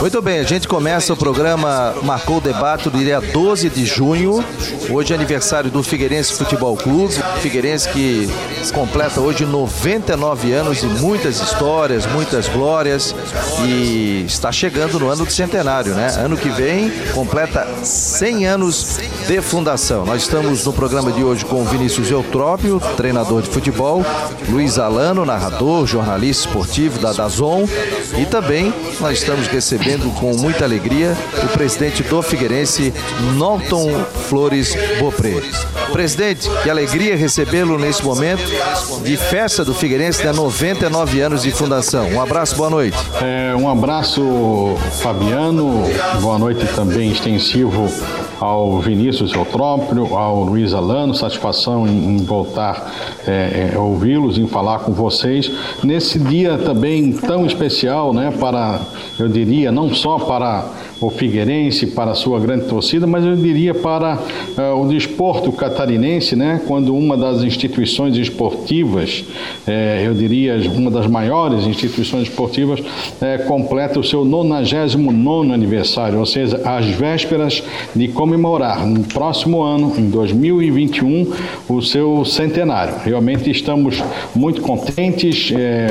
Muito bem, a gente começa o programa Marcou o Debate do dia 12 de junho. Hoje é aniversário do Figueirense Futebol Clube. Figueirense que completa hoje 99 anos e muitas histórias, muitas glórias. E está chegando no ano do centenário, né? Ano que vem completa 100 anos de fundação. Nós estamos no programa de hoje com o Vinícius Eutrópio, treinador de futebol, Luiz Alano, narrador, jornalista esportivo da DAZN, e também nós estamos recebendo com muita alegria o presidente do Figueirense, Norton Flores Beaupré. Presidente, que alegria recebê-lo nesse momento de festa do Figueirense, de 99 anos de fundação. Um abraço, boa noite. Um abraço, Fabiano, boa noite também extensivo ao Vinícius Eutrópio, ao Luiz Alano, satisfação em voltar a ouvi-los, em falar com vocês, nesse dia também tão especial, né, para, eu diria, não só para o Figueirense, para a sua grande torcida, mas eu diria para o desporto catarinense, né, quando uma das instituições esportivas, eu diria uma das maiores instituições esportivas, completa o seu 99º aniversário, ou seja, às vésperas de comemorar no próximo ano, em 2021, o seu centenário. Realmente estamos muito contentes,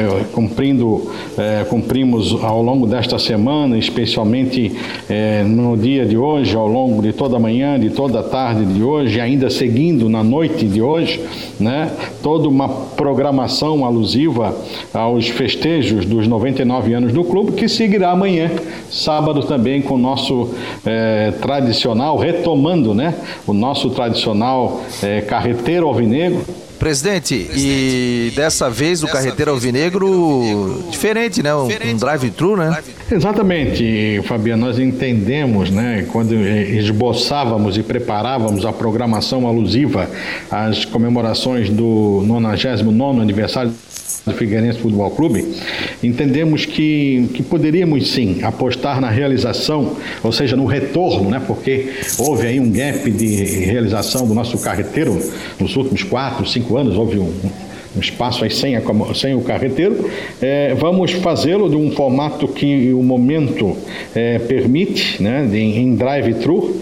cumprimos ao longo desta semana, especialmente no dia de hoje, ao longo de toda a manhã, de toda a tarde de hoje, ainda seguindo na noite de hoje, né, toda uma programação alusiva aos festejos dos 99 anos do clube, que seguirá amanhã, sábado também, com o nosso tradicional, retomando, né, o nosso tradicional carreteiro alvinegro. Presidente, e dessa vez o carreteiro alvinegro diferente, né? Um drive-thru, né? Exatamente, Fabiano, nós entendemos, né, quando esboçávamos e preparávamos a programação alusiva às comemorações do 99º aniversário do Figueirense Futebol Clube, entendemos que poderíamos sim apostar na realização, ou seja, no retorno, né, porque houve aí um gap de realização do nosso carreteiro nos últimos 4, 5 anos, houve um espaço aí sem o carreteiro. Vamos fazê-lo de um formato que o momento permite, né, em drive-thru.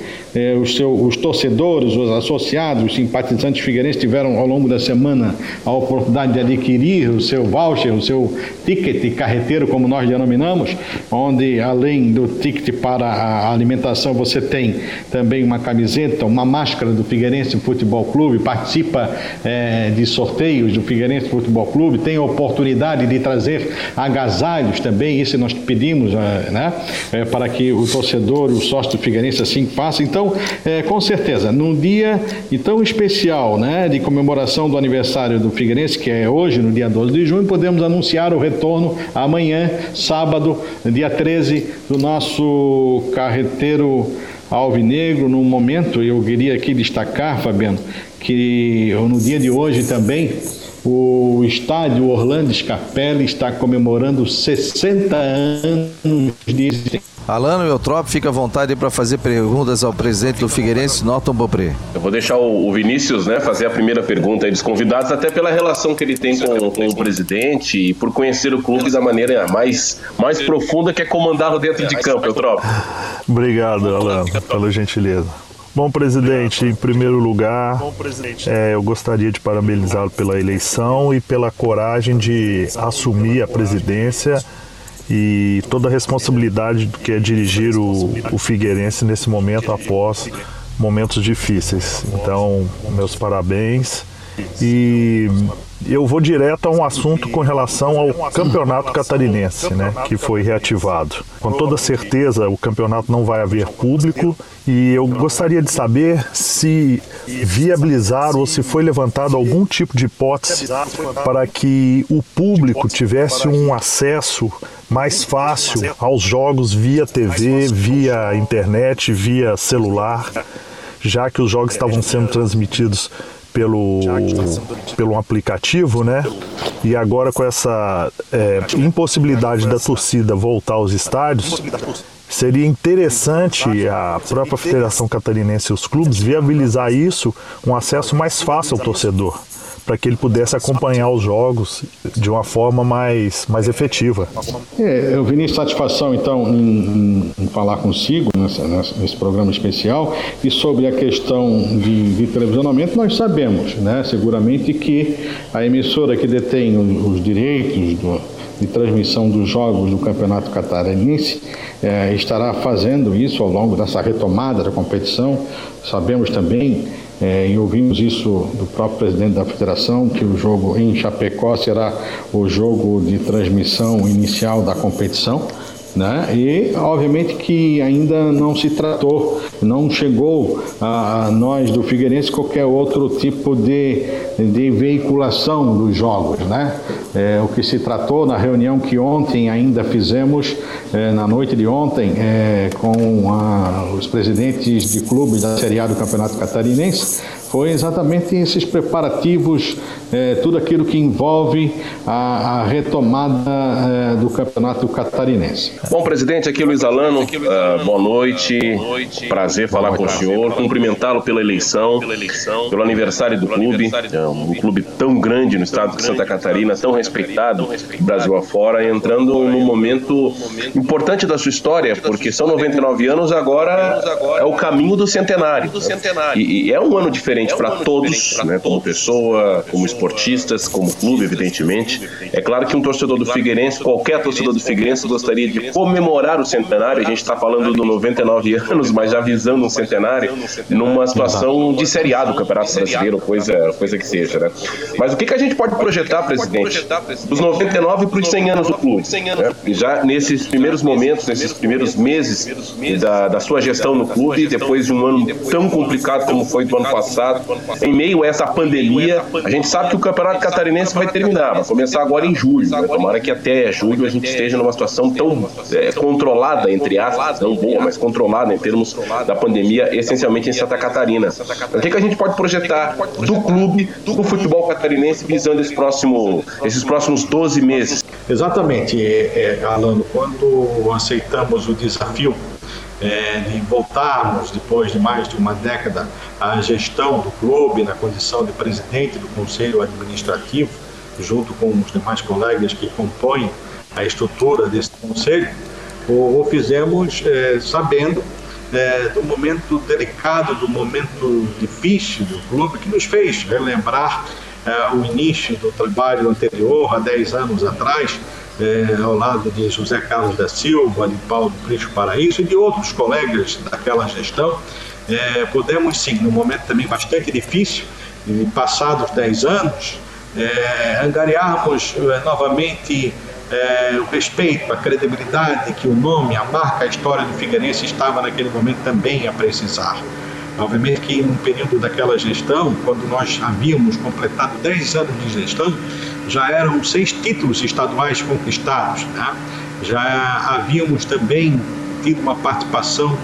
Os torcedores, os associados, os simpatizantes figueirenses tiveram ao longo da semana a oportunidade de adquirir o seu voucher, o seu ticket carreteiro, como nós denominamos, onde além do ticket para a alimentação você tem também uma camiseta, uma máscara do Figueirense Futebol Clube, participa de sorteios do Figueirense Futebol Clube, tem a oportunidade de trazer agasalhos também, isso nós pedimos, né, para que o torcedor, o sócio do Figueirense assim faça. Então, com certeza, num dia tão especial, né, de comemoração do aniversário do Figueirense, que é hoje, no dia 12 de junho, podemos anunciar o retorno amanhã, sábado, dia 13, do nosso carreteiro alvinegro. No momento, eu queria aqui destacar, Fabiano, que no dia de hoje também, o estádio Orlando Scarpelli está comemorando 60 anos de existência. Alano Eutrópio, fica à vontade para fazer perguntas ao presidente do Figueirense, Norton Beaupré. Eu vou deixar o Vinícius, né, fazer a primeira pergunta aí dos convidados, até pela relação que ele tem com o presidente e por conhecer o clube da maneira mais profunda, que é comandá-lo dentro de campo, Eutrópio. Obrigado, Alano, pela gentileza. Bom, presidente, em primeiro lugar, eu gostaria de parabenizá-lo pela eleição e pela coragem de assumir a presidência e toda a responsabilidade que é dirigir o Figueirense nesse momento após momentos difíceis. Então, meus parabéns. E eu vou direto a um assunto com relação ao campeonato catarinense, né, que foi reativado. Com toda certeza o campeonato não vai haver público e eu gostaria de saber se viabilizaram ou se foi levantado algum tipo de hipótese para que o público tivesse um acesso mais fácil aos jogos via TV, via internet, via celular, já que os jogos estavam sendo transmitidos pelo aplicativo, né? E agora com essa impossibilidade da torcida voltar aos estádios, seria interessante a própria Federação Catarinense e os clubes viabilizar isso, um acesso mais fácil ao torcedor, para que ele pudesse acompanhar os jogos de uma forma mais efetiva. Eu vi satisfação, então, em falar consigo nesse programa especial. E sobre a questão de televisionamento, nós sabemos, né, seguramente que a emissora que detém os direitos de transmissão dos jogos do Campeonato Catarinense estará fazendo isso ao longo dessa retomada da competição. Sabemos também, e ouvimos isso do próprio presidente da federação, que o jogo em Chapecó será o jogo de transmissão inicial da competição, né? E obviamente que ainda não se tratou, não chegou a nós do Figueirense qualquer outro tipo de veiculação dos jogos, né? O que se tratou na reunião que ontem ainda fizemos, na noite de ontem, com os presidentes de clubes da Série A do Campeonato Catarinense, foi exatamente esses preparativos, tudo aquilo que envolve a retomada do Campeonato Catarinense. Bom, presidente, aqui Luiz Alano, boa noite, prazer falar com o senhor, cumprimentá-lo pela eleição, pelo aniversário do clube, um clube tão grande no estado de Santa Catarina, tão respeitado Brasil afora, entrando num momento importante da sua história, porque são 99 anos, agora é o caminho do centenário. E é um ano diferente para todos, né, como pessoa, como esportistas, como clube, evidentemente. É claro que um torcedor do Figueirense, qualquer torcedor do Figueirense, gostaria de comemorar o centenário. A gente está falando do 99 anos, mas já visando um centenário numa situação de Série A do Campeonato Brasileiro, coisa que seja, né? Mas o que a gente pode projetar, presidente, dos 99 para os 100 anos do clube, né? Já nesses primeiros momentos, nesses primeiros meses da sua gestão no clube, depois de um ano tão complicado como foi do ano passado, em meio a essa pandemia, a gente sabe que o Campeonato Catarinense vai terminar, vai começar agora em julho, né? Tomara que até julho a gente esteja numa situação tão controlada, entre aspas, não boa, mas controlada em termos da pandemia, essencialmente em Santa Catarina. O que a gente pode projetar do clube, do futebol catarinense, visando esses próximos 12 meses? Exatamente, Alano, quando aceitamos o desafio de voltarmos, depois de mais de uma década, à gestão do clube, na condição de presidente do Conselho Administrativo, junto com os demais colegas que compõem a estrutura desse Conselho, o fizemos sabendo do momento delicado, do momento difícil do clube, que nos fez relembrar o início do trabalho anterior, há 10 anos atrás, ao lado de José Carlos da Silva, de Paulo Príncipe Paraíso e de outros colegas daquela gestão. Podemos sim, num momento também bastante difícil, passados 10 anos, angariarmos novamente o respeito, a credibilidade que o nome, a marca, a história do Figueirense estava naquele momento também a precisar. Obviamente que no período daquela gestão, quando nós havíamos completado 10 anos de gestão, já eram 6 títulos estaduais conquistados, né? Já havíamos também tido uma participação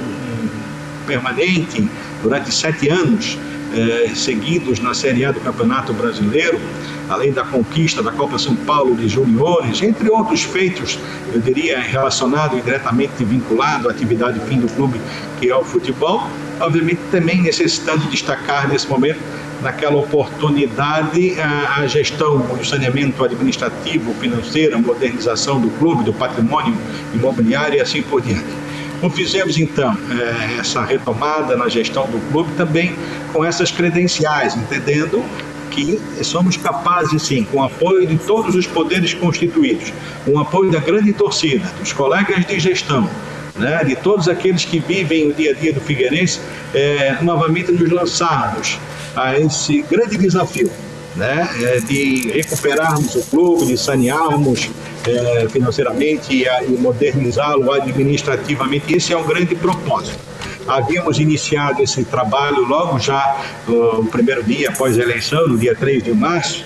permanente durante 7 anos seguidos na Série A do Campeonato Brasileiro, além da conquista da Copa São Paulo de Juniores, entre outros feitos, eu diria, relacionado e diretamente vinculado à atividade fim do clube, que é o futebol. Obviamente também necessitando destacar nesse momento, naquela oportunidade, a gestão, o saneamento administrativo, financeiro, a modernização do clube, do patrimônio imobiliário e assim por diante. Fizemos então essa retomada na gestão do clube também com essas credenciais, entendendo que somos capazes, sim, com o apoio de todos os poderes constituídos, com o apoio da grande torcida, dos colegas de gestão, né, de todos aqueles que vivem o dia a dia do Figueirense, novamente nos lançarmos a esse grande desafio, né, de recuperarmos o clube, de sanearmos financeiramente e modernizá-lo administrativamente. Esse é um grande propósito. Havíamos iniciado esse trabalho logo já no primeiro dia após a eleição, no dia 3 de março,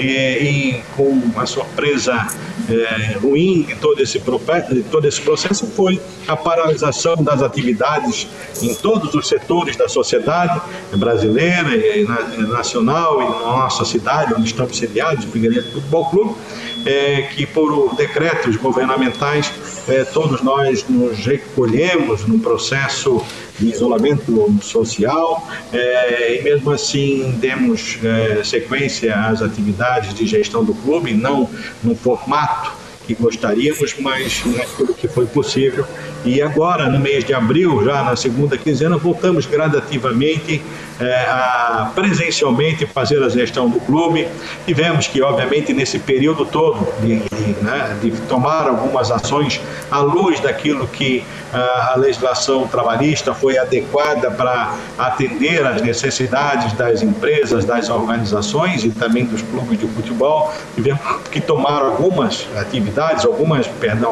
e com uma surpresa ruim de todo esse processo foi a paralisação das atividades em todos os setores da sociedade brasileira, nacional e na nossa cidade, onde estamos sediados, o Figueirense Futebol Clube, que por decretos governamentais todos nós nos recolhemos no processo de isolamento social, e mesmo assim demos sequência às atividades de gestão do clube, não no formato que gostaríamos, mas naquilo que foi possível. E agora, no mês de abril, já na segunda quinzena, voltamos gradativamente a presencialmente fazer a gestão do clube. Tivemos que, obviamente, nesse período todo, de tomar algumas ações à luz daquilo que a legislação trabalhista foi adequada para atender às necessidades das empresas, das organizações e também dos clubes de futebol. Tivemos que tomar algumas atividades, algumas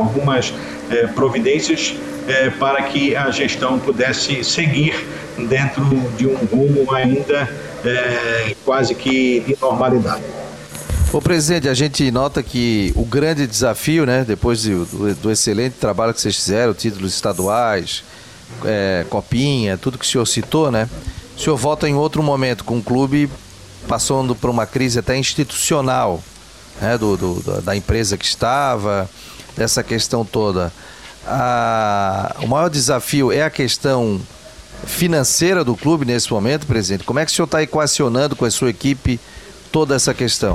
providências para que a gestão pudesse seguir dentro de um rumo ainda quase que de normalidade. Ô presidente, a gente nota que o grande desafio, né, depois do excelente trabalho que vocês fizeram, títulos estaduais, copinha, tudo que o senhor citou, né, o senhor volta em outro momento com o clube passando por uma crise até institucional, né, da empresa que estava, dessa questão toda. O maior desafio é a questão financeira do clube nesse momento, presidente. Como é que o senhor está equacionando com a sua equipe toda essa questão?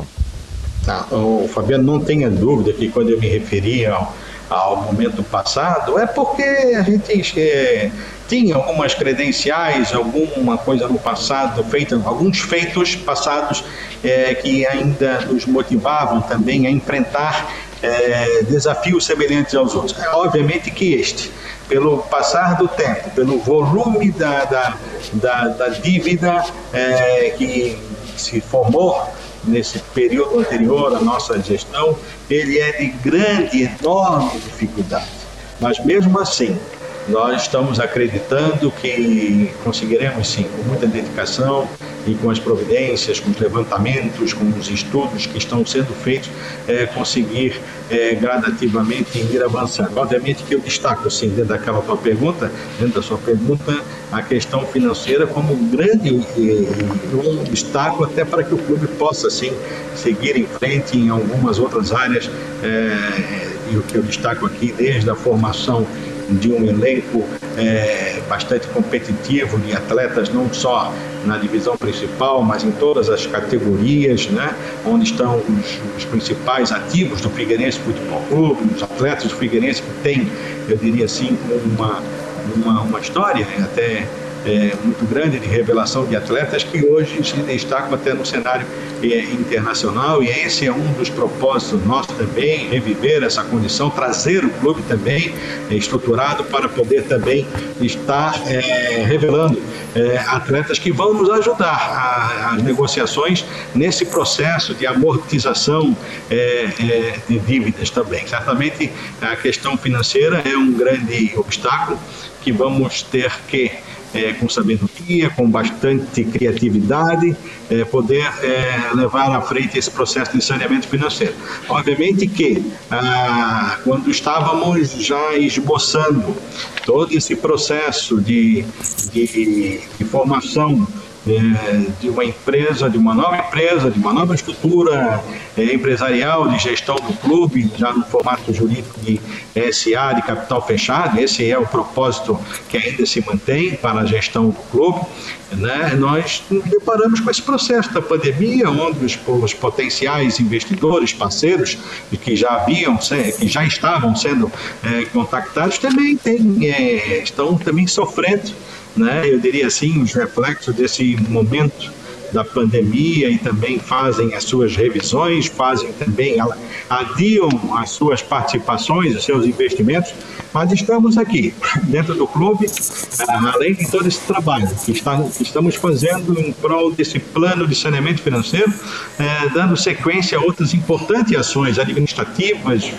O Fabiano, não tenha dúvida que quando eu me referi ao momento passado, é porque a gente tinha algumas credenciais, alguma coisa no passado, alguns feitos passados que ainda nos motivavam também a enfrentar desafios semelhantes aos outros. Obviamente que pelo passar do tempo, pelo volume da dívida que se formou nesse período anterior à nossa gestão, ele é de enorme dificuldade. Mas mesmo assim, nós estamos acreditando que conseguiremos sim, com muita dedicação e com as providências, com os levantamentos, com os estudos que estão sendo feitos, conseguir gradativamente ir avançando. Obviamente que eu destaco, sim, dentro da sua pergunta, a questão financeira como um grande um obstáculo até para que o clube possa, sim, seguir em frente em algumas outras áreas, e o que eu destaco aqui, desde a formação de um elenco bastante competitivo de atletas, não só na divisão principal, mas em todas as categorias, né, onde estão os principais ativos do Figueirense Futebol Clube, os atletas do Figueirense que têm, eu diria assim, uma história até muito grande de revelação de atletas que hoje se destacam até no cenário internacional, e esse é um dos propósitos nossos também, reviver essa condição, trazer o clube também estruturado para poder também estar revelando atletas que vão nos ajudar às negociações nesse processo de amortização de dívidas também. Certamente a questão financeira é um grande obstáculo que vamos ter que com sabedoria, com bastante criatividade, poder levar à frente esse processo de saneamento financeiro. Obviamente que, quando estávamos já esboçando todo esse processo de formação de uma empresa, de uma nova estrutura empresarial de gestão do clube, já no formato jurídico de SA, de capital fechado, esse é o propósito que ainda se mantém para a gestão do clube, né? Nós nos deparamos com esse processo da pandemia, onde os potenciais investidores, parceiros que já estavam sendo contactados, também estão também sofrendo, né? Eu diria assim, os reflexos desse momento da pandemia, e também fazem as suas revisões, adiam as suas participações, os seus investimentos, mas estamos aqui, dentro do clube, além de todo esse trabalho que estamos fazendo em prol desse plano de saneamento financeiro, dando sequência a outras importantes ações administrativas,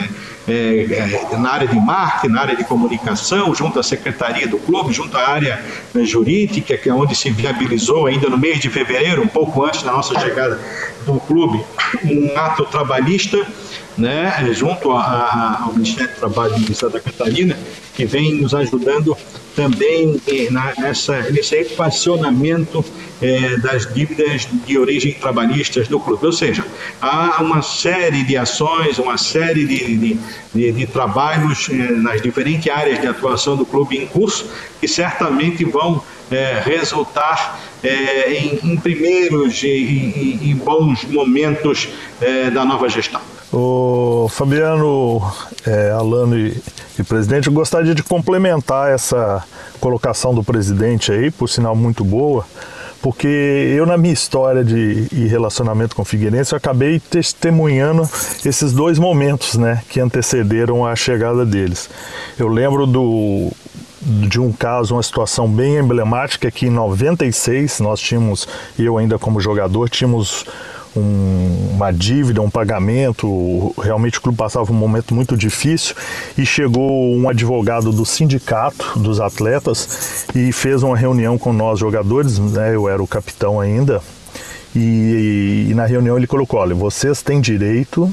na área de marketing, na área de comunicação, junto à secretaria do clube, junto à área jurídica, que é onde se viabilizou ainda no mês de fevereiro, um pouco antes da nossa chegada do clube, um ato trabalhista, né, junto ao Ministério do Trabalho de Santa Catarina, que vem nos ajudando também nesse equacionamento das dívidas de origem trabalhistas do clube. Ou seja, há uma série de ações, uma série de trabalhos nas diferentes áreas de atuação do clube em curso, que certamente vão resultar em primeiros e bons momentos da nova gestão. O Fabiano, Alano e presidente, eu gostaria de complementar essa colocação do presidente aí, por sinal muito boa, porque eu, na minha história de relacionamento com o Figueirense, eu acabei testemunhando esses dois momentos, né, que antecederam a chegada deles. Eu lembro de um caso, uma situação bem emblemática, que em 96 nós tínhamos, eu ainda como jogador, tínhamos uma dívida, um pagamento, realmente o clube passava um momento muito difícil e chegou um advogado do sindicato dos atletas e fez uma reunião com nós jogadores, né, eu era o capitão ainda, e na reunião ele colocou: olha, vocês têm direito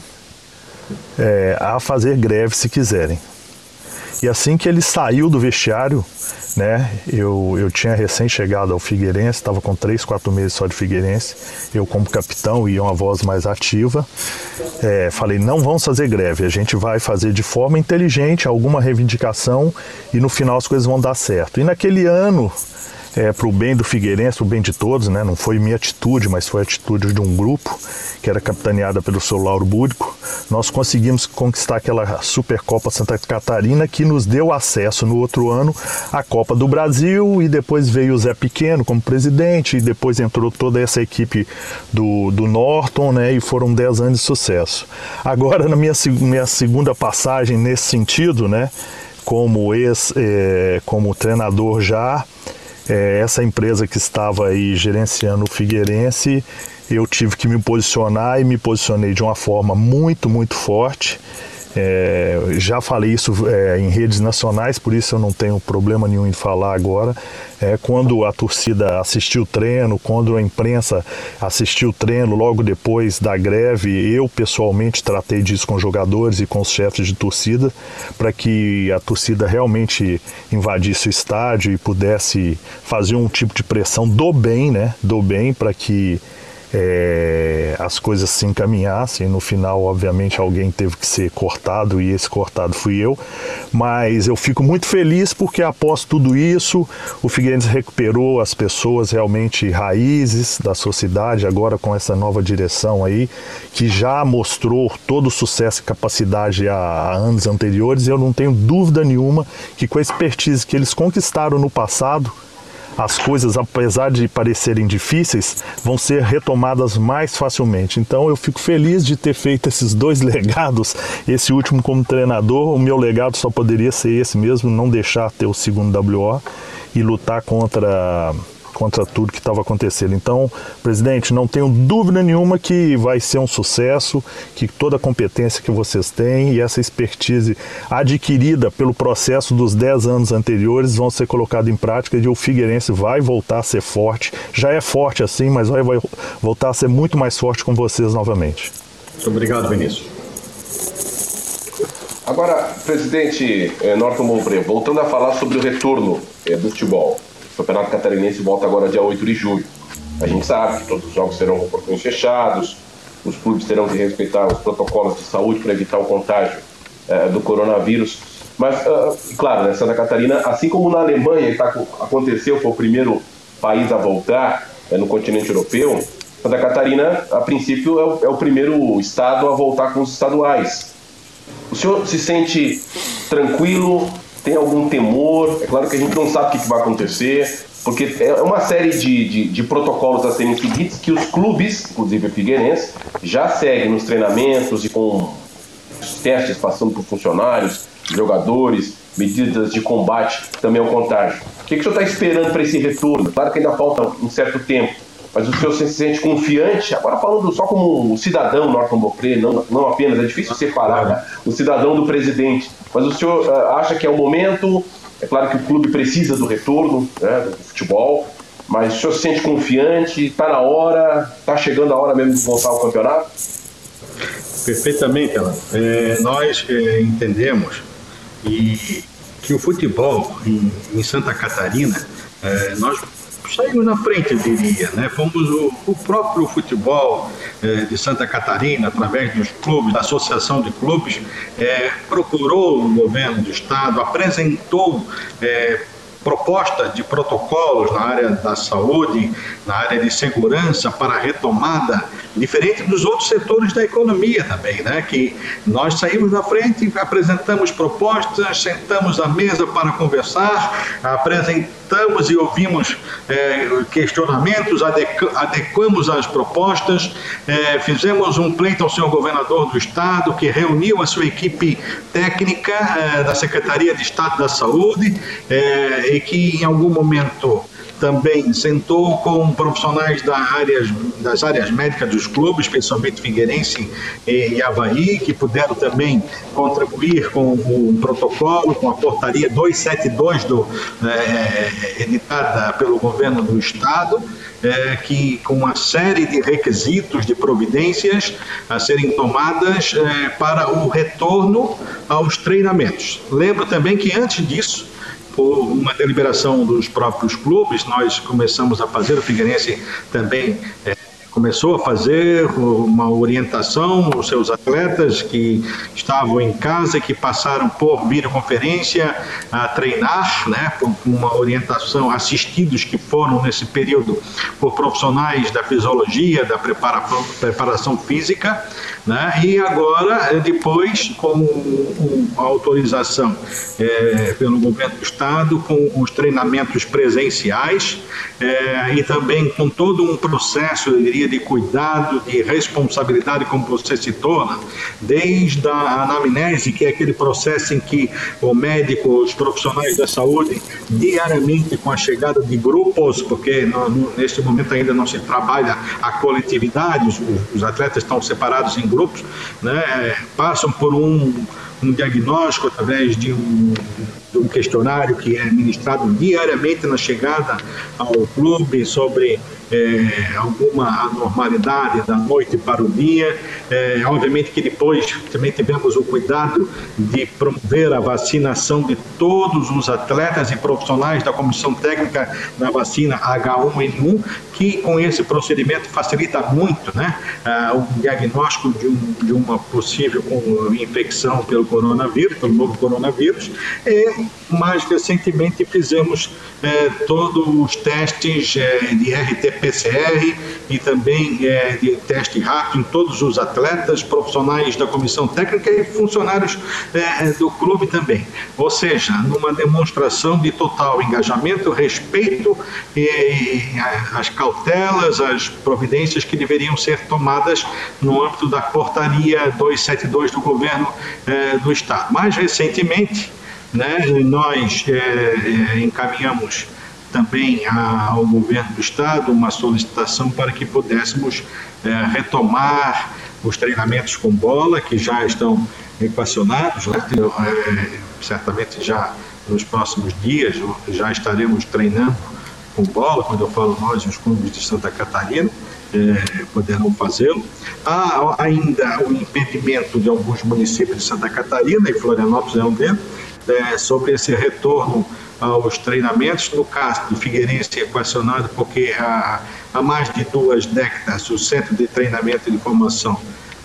a fazer greve se quiserem. E assim que ele saiu do vestiário, né, eu tinha recém-chegado ao Figueirense, estava com 3, 4 meses só de Figueirense, eu como capitão e uma voz mais ativa, falei: não vamos fazer greve, a gente vai fazer de forma inteligente alguma reivindicação e no final as coisas vão dar certo. E naquele ano, para o bem do Figueirense, para o bem de todos, né? Não foi minha atitude, mas foi a atitude de um grupo que era capitaneada pelo seu Lauro Búdico. Nós conseguimos conquistar aquela Supercopa Santa Catarina, que nos deu acesso no outro ano à Copa do Brasil, e depois veio o Zé Pequeno como presidente, e depois entrou toda essa equipe do Norton, né? E foram 10 anos de sucesso. Agora, na minha segunda passagem nesse sentido, né? Como treinador já, essa empresa que estava aí gerenciando o Figueirense, eu tive que me posicionar e me posicionei de uma forma muito, muito forte. Já falei isso em redes nacionais, por isso eu não tenho problema nenhum em falar agora. Quando a torcida assistiu o treino, quando a imprensa assistiu o treino, logo depois da greve, eu pessoalmente tratei disso com os jogadores e com os chefes de torcida, para que a torcida realmente invadisse o estádio e pudesse fazer um tipo de pressão do bem, né? Do bem, para que as coisas se encaminhassem. No final, obviamente, alguém teve que ser cortado, e esse cortado fui eu, mas eu fico muito feliz porque após tudo isso o Figueirense recuperou as pessoas realmente raízes da sociedade, agora com essa nova direção aí, que já mostrou todo o sucesso e capacidade a anos anteriores, e eu não tenho dúvida nenhuma que com a expertise que eles conquistaram no passado, as coisas, apesar de parecerem difíceis, vão ser retomadas mais facilmente. Então eu fico feliz de ter feito esses dois legados, esse último como treinador. O meu legado só poderia ser esse mesmo, não deixar ter o segundo WO e lutar contra tudo que estava acontecendo. Então, presidente, não tenho dúvida nenhuma que vai ser um sucesso, que toda a competência que vocês têm e essa expertise adquirida pelo processo dos 10 anos anteriores vão ser colocados em prática, e o Figueirense vai voltar a ser forte. Já é forte assim, mas vai voltar a ser muito mais forte com vocês novamente. Muito obrigado, Vinícius. Agora, presidente Norton Bombré, voltando a falar sobre o retorno do futebol. O Campeonato Catarinense volta agora dia 8 de julho. A gente sabe que todos os jogos serão com portões fechados, os clubes terão que respeitar os protocolos de saúde para evitar o contágio do coronavírus. Mas, claro, né, Santa Catarina, assim como na Alemanha aconteceu, foi o primeiro país a voltar no continente europeu, Santa Catarina, a princípio, é o primeiro estado a voltar com os estaduais. O senhor se sente tranquilo? Tem algum temor? É claro que a gente não sabe o que vai acontecer, porque é uma série de protocolos a serem seguidos que os clubes, inclusive o Figueirense, já seguem nos treinamentos e com os testes passando por funcionários, jogadores, medidas de combate também ao contágio. O que o senhor está esperando para esse retorno? Claro que ainda falta um certo tempo, mas o senhor se sente confiante? Agora falando só como um cidadão Norton Bombré, não apenas, é difícil separar, né, o cidadão do presidente, mas o senhor acha que é o momento? É claro que o clube precisa do retorno, né, do futebol, mas o senhor se sente confiante? Está na hora? Está chegando a hora mesmo de voltar ao campeonato? Perfeitamente, Alan. Nós entendemos que o futebol em Santa Catarina, nós saímos na frente, eu diria, né? Fomos o próprio futebol de Santa Catarina, através dos clubes, da Associação de Clubes, procurou o governo do estado, apresentou proposta de protocolos na área da saúde, na área de segurança para a retomada, diferente dos outros setores da economia também, né? Que nós saímos na frente, apresentamos propostas, sentamos à mesa para conversar, apresentamos e ouvimos questionamentos, adequamos as propostas, fizemos um pleito ao senhor governador do estado, que reuniu a sua equipe técnica da Secretaria de Estado da Saúde, e que em algum momento também sentou com profissionais das áreas médicas dos clubes, especialmente Figueirense e Avaí, que puderam também contribuir com o protocolo, com a portaria 272 editada pelo governo do estado, que com uma série de requisitos, de providências a serem tomadas para o retorno aos treinamentos. Lembro também que antes disso, por uma deliberação dos próprios clubes, nós começamos a fazer, o Figueirense também começou a fazer uma orientação aos seus atletas que estavam em casa e que passaram por videoconferência a treinar, né, por uma orientação, assistidos que foram nesse período por profissionais da fisiologia, da preparação física, né, e agora, depois, com a autorização pelo governo do estado, com os treinamentos presenciais e também com todo um processo, eu diria, de cuidado, de responsabilidade, como você citou, né? Desde a anamnese, que é aquele processo em que o médico, os profissionais da saúde, diariamente com a chegada de grupos, porque neste momento ainda não se trabalha a coletividade, os atletas estão separados em grupos, né? Passam por um diagnóstico através de um questionário que é ministrado diariamente na chegada ao clube sobre alguma anormalidade da noite para o dia. Obviamente que depois também tivemos o cuidado de promover a vacinação de todos os atletas e profissionais da comissão técnica da vacina H1N1, que com esse procedimento facilita muito, né, o diagnóstico de uma possível infecção pelo coronavírus, pelo novo coronavírus. E mais recentemente fizemos todos os testes de RT-PCR e também de teste rápido em todos os atletas, profissionais da comissão técnica e funcionários do clube também. Ou seja, numa demonstração de total engajamento, respeito e as cautelas, as providências que deveriam ser tomadas no âmbito da portaria 272 do governo do estado. Mais recentemente, né, nós encaminhamos também ao governo do estado uma solicitação para que pudéssemos retomar os treinamentos com bola, que já estão equacionados, né? Certamente já nos próximos dias já estaremos treinando com bola. Quando eu falo nós, os clubes de Santa Catarina poderão fazê-lo. Há ainda o impedimento de alguns municípios de Santa Catarina, e Florianópolis é um deles, sobre esse retorno aos treinamentos. No caso do Figueirense, equacionado porque há mais de 2 décadas o centro de treinamento e de formação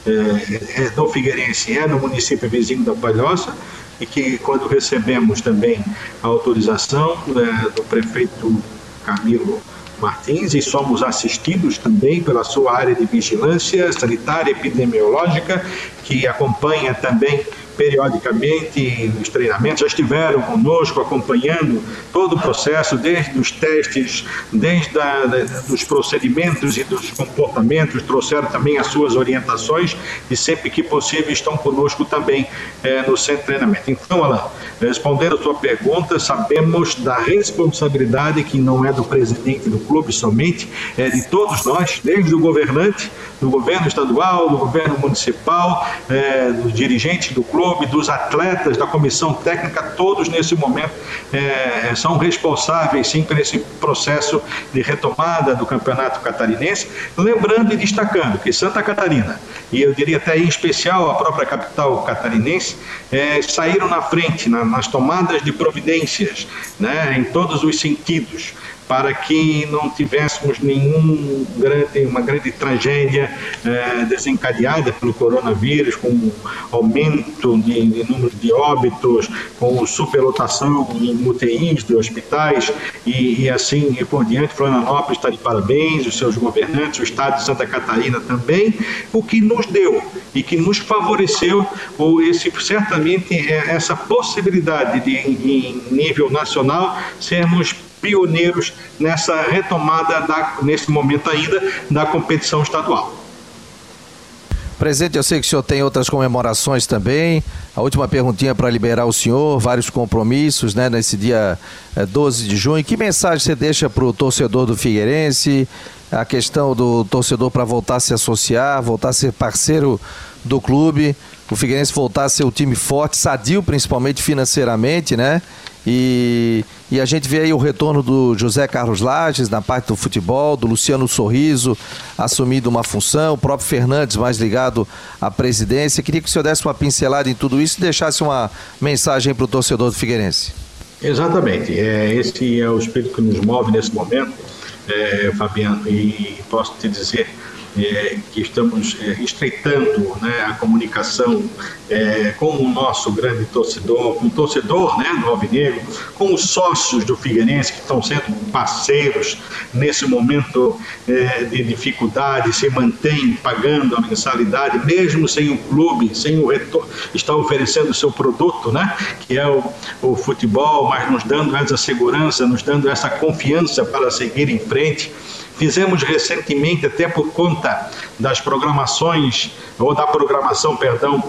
do Figueirense no município vizinho da Palhoça, e que quando recebemos também a autorização do prefeito Camilo Martins, e somos assistidos também pela sua área de vigilância sanitária e epidemiológica, que acompanha também periodicamente os treinamentos, já estiveram conosco acompanhando todo o processo, desde os testes, desde dos procedimentos e dos comportamentos, trouxeram também as suas orientações e sempre que possível estão conosco também no centro de treinamento. Então, Alan, respondendo a sua pergunta, sabemos da responsabilidade que não é do presidente do clube somente, é de todos nós, desde o governante, do governo estadual, do governo municipal, dos dirigentes do clube, dos atletas, da comissão técnica, todos nesse momento são responsáveis sim por esse processo de retomada do campeonato catarinense, lembrando e destacando que Santa Catarina, e eu diria até em especial a própria capital catarinense, saíram na frente nas tomadas de providências, né, em todos os sentidos, para que não tivéssemos uma grande tragédia desencadeada pelo coronavírus, com o aumento de número de óbitos, com superlotação em UTIs de hospitais e assim e por diante. Florianópolis está de parabéns, os seus governantes, o estado de Santa Catarina também, o que nos deu e que nos favoreceu certamente essa possibilidade de, em nível nacional, sermos pioneiros nessa retomada, nesse momento ainda, da competição estadual. Presidente, eu sei que o senhor tem outras comemorações também. A última perguntinha para liberar o senhor, vários compromissos, né, nesse dia 12 de junho. Que mensagem você deixa para o torcedor do Figueirense? A questão do torcedor para voltar a se associar, voltar a ser parceiro do clube, o Figueirense voltar a ser um time forte, sadio principalmente financeiramente, né? E a gente vê aí o retorno do José Carlos Lages na parte do futebol, do Luciano Sorriso assumindo uma função, o próprio Fernandes mais ligado à presidência. Queria que o senhor desse uma pincelada em tudo isso e deixasse uma mensagem para o torcedor do Figueirense. Exatamente, esse é o espírito que nos move nesse momento, Fabiano, e posso te dizer que estamos estreitando, né, a comunicação com o nosso grande torcedor, com o torcedor, né, do Alvinegro, com os sócios do Figueirense que estão sendo parceiros nesse momento de dificuldade, se mantém pagando a mensalidade, mesmo sem o clube, sem o retorno, está oferecendo o seu produto, né, que é o futebol, mas nos dando essa segurança, nos dando essa confiança para seguir em frente. Fizemos recentemente, até por conta das programações, ou da programação, perdão,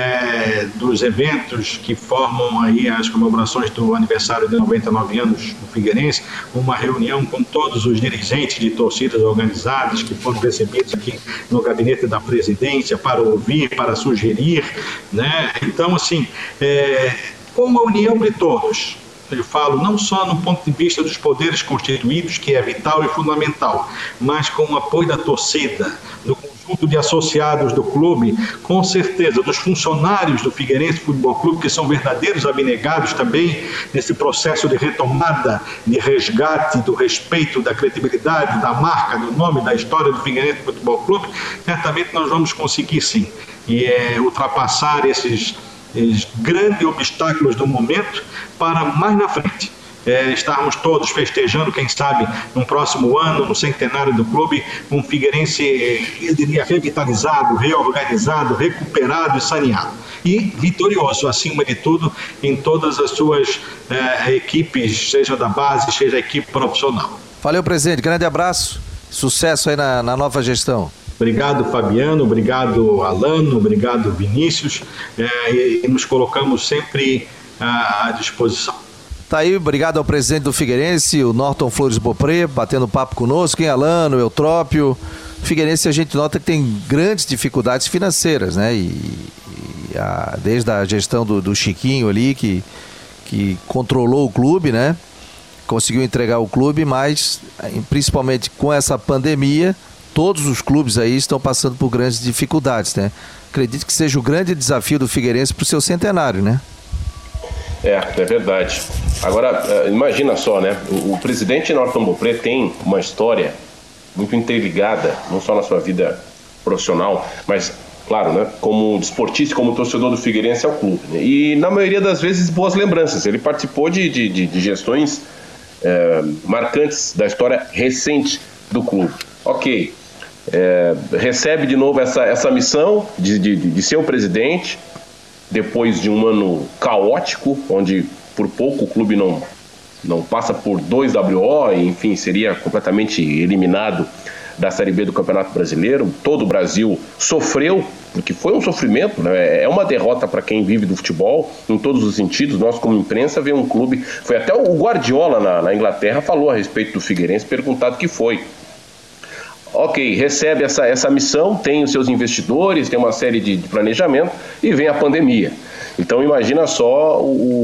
dos eventos que formam aí as comemorações do aniversário de 99 anos do Figueirense, uma reunião com todos os dirigentes de torcidas organizadas que foram recebidos aqui no gabinete da presidência para ouvir, para sugerir, né? Então, assim, com a união de todos, eu falo não só no ponto de vista dos poderes constituídos, que é vital e fundamental, mas com o apoio da torcida, do conjunto de associados do clube, com certeza, dos funcionários do Figueirense Futebol Clube, que são verdadeiros abnegados também nesse processo de retomada, de resgate do respeito, da credibilidade, da marca, do nome, da história do Figueirense Futebol Clube. Certamente nós vamos conseguir sim, ultrapassar esses grandes obstáculos do momento para mais na frente estarmos todos festejando, quem sabe, no próximo ano, no centenário do clube, um Figueirense, eu diria, revitalizado, reorganizado, recuperado e saneado. E vitorioso, acima de tudo, em todas as suas equipes, seja da base, seja a equipe profissional. Valeu, presidente. Grande abraço. Sucesso aí na nova gestão. Obrigado, Fabiano, obrigado, Alano, obrigado, Vinícius, e nos colocamos sempre à disposição. Tá aí, obrigado ao presidente do Figueirense, o Norton Flores Beaupré, batendo papo conosco, em Alano, Eutrópio. O Figueirense, a gente nota que tem grandes dificuldades financeiras, né? Desde a gestão do Chiquinho ali, que controlou o clube, né? Conseguiu entregar o clube, mas principalmente com essa pandemia, todos os clubes aí estão passando por grandes dificuldades, né? Acredito que seja o grande desafio do Figueirense para o seu centenário, né? É verdade. Agora, imagina só, né? O presidente Norton Beaupré tem uma história muito interligada, não só na sua vida profissional, mas, claro, né, como desportista, como torcedor do Figueirense ao clube, né? E, na maioria das vezes, boas lembranças. Ele participou de gestões marcantes da história recente do clube. Ok. Recebe de novo essa missão de ser o presidente, depois de um ano caótico, onde por pouco o clube não passa por 2 WO, e, enfim, seria completamente eliminado da Série B do Campeonato Brasileiro. Todo o Brasil sofreu, porque foi um sofrimento, né? É uma derrota para quem vive do futebol, em todos os sentidos. Nós, como imprensa, vê um clube... Foi até o Guardiola na Inglaterra falou a respeito do Figueirense, perguntado o que foi. Ok, recebe essa missão, tem os seus investidores, tem uma série de planejamento e vem a pandemia. Então imagina só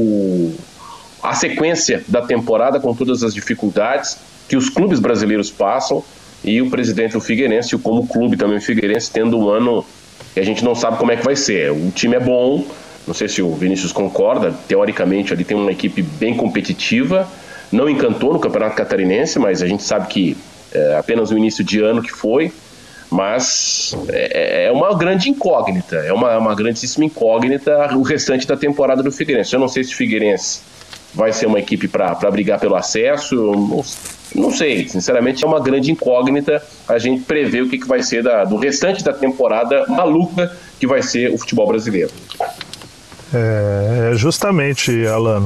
a sequência da temporada com todas as dificuldades que os clubes brasileiros passam e o presidente do Figueirense, como clube também o Figueirense, tendo um ano que a gente não sabe como é que vai ser. O time é bom, não sei se o Vinícius concorda, teoricamente ali tem uma equipe bem competitiva, não encantou no Campeonato Catarinense, mas a gente sabe que apenas o início de ano que foi, mas é uma grande incógnita, é uma grandíssima incógnita o restante da temporada do Figueirense. Eu não sei se o Figueirense vai ser uma equipe para brigar pelo acesso, não sei, sinceramente é uma grande incógnita a gente prever o que vai ser do restante da temporada maluca que vai ser o futebol brasileiro. Justamente, Alano,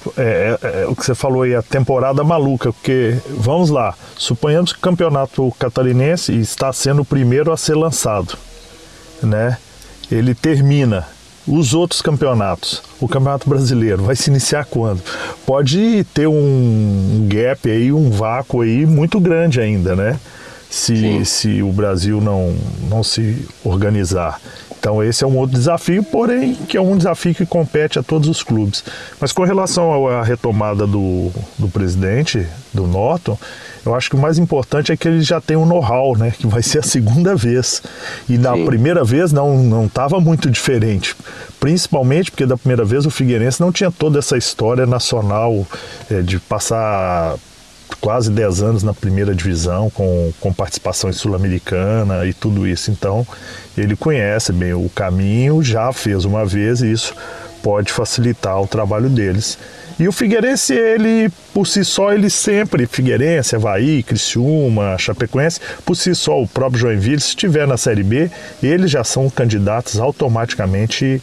o que você falou aí, a temporada maluca, porque, vamos lá, suponhamos que o Campeonato Catarinense está sendo o primeiro a ser lançado, né? Ele termina. Os outros campeonatos, o Campeonato Brasileiro, vai se iniciar quando? Pode ter um gap aí, um vácuo aí muito grande ainda, né? Se o Brasil não se organizar. Então esse é um outro desafio, porém que é um desafio que compete a todos os clubes. Mas com relação à retomada do presidente, do Norton, eu acho que o mais importante é que ele já tem um know-how, né? Que vai ser a segunda vez. E na primeira vez não estava muito diferente. Principalmente porque da primeira vez o Figueirense não tinha toda essa história nacional de passar quase 10 anos na primeira divisão com participação em Sul-Americana e tudo isso. Então ele conhece bem o caminho, já fez uma vez e isso pode facilitar o trabalho deles. E o Figueirense, ele, por si só, Figueirense, Avaí, Criciúma, Chapecoense, por si só, o próprio Joinville, se estiver na Série B, eles já são candidatos automaticamente